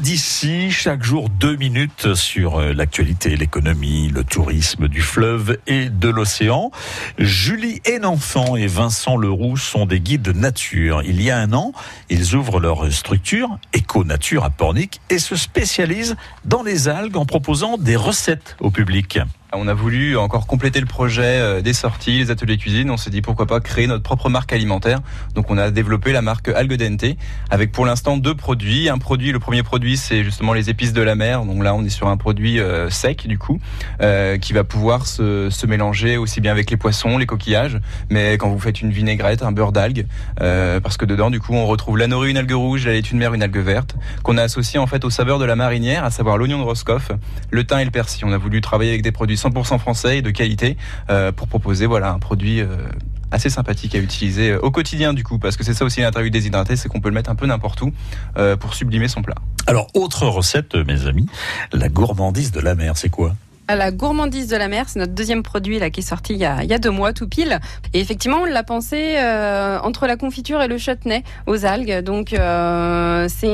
d'ici, chaque jour 2 minutes sur l'actualité, l'économie, le tourisme du fleuve et de l'océan. Julie Henenfant et Vincent Leroux sont des guides nature. Il y a un an, ils ouvrent leur structure Éco-Nature à Pornic et se spécialisent dans les algues en proposant des recettes au public. On a voulu encore compléter le projet des sorties, les ateliers cuisine. On s'est dit pourquoi pas créer notre propre marque alimentaire. Donc on a développé la marque Algues Dente avec pour l'instant 2 produits. Le premier produit c'est justement les épices de la mer. Donc là on est sur un produit sec du coup qui va pouvoir se mélanger aussi bien avec les poissons, les coquillages, mais quand vous faites une vinaigrette, un beurre d'algues, parce que dedans du coup on retrouve la norue, une algue rouge, la laitue de mer, une algue verte, qu'on a associé en fait aux saveurs de la marinière, à savoir l'oignon de Roscoff, le thym et le persil. On a voulu travailler avec des produits 100% français et de qualité pour proposer un produit assez sympathique à utiliser au quotidien du coup, parce que c'est ça aussi l'intérêt du déshydraté, c'est qu'on peut le mettre un peu n'importe où pour sublimer son plat. Alors, autre recette, mes amis, la gourmandise de la mer, c'est quoi ? La gourmandise de la mer, c'est notre deuxième produit là qui est sorti il y a 2 mois tout pile. Et effectivement, on l'a pensé entre la confiture et le chutney aux algues. Donc c'est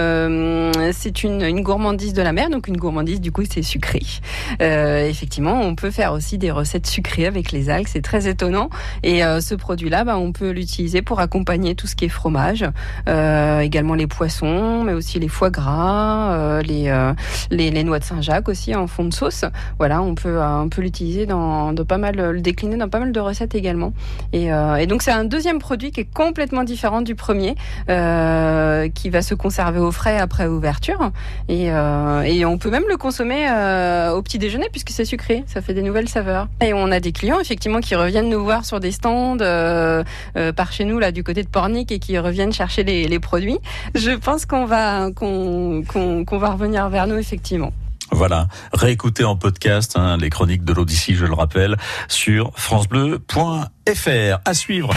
une gourmandise de la mer. Donc une gourmandise du coup c'est sucré. Effectivement, on peut faire aussi des recettes sucrées avec les algues. C'est très étonnant. Et ce produit-là, on peut l'utiliser pour accompagner tout ce qui est fromage, également les poissons, mais aussi les foie gras, les noix de Saint-Jacques aussi en fond de sauce. Voilà, on peut l'utiliser le décliner dans pas mal de recettes également. Et donc c'est un deuxième produit qui est complètement différent du premier, qui va se conserver au frais après ouverture. Et on peut même le consommer au petit déjeuner puisque c'est sucré, ça fait des nouvelles saveurs. Et on a des clients effectivement qui reviennent nous voir sur des stands par chez nous là du côté de Pornic et qui reviennent chercher les produits. Je pense qu'on va revenir vers nous effectivement. Voilà, réécoutez en podcast les chroniques de l'Odyssée, je le rappelle, sur francebleu.fr. À suivre.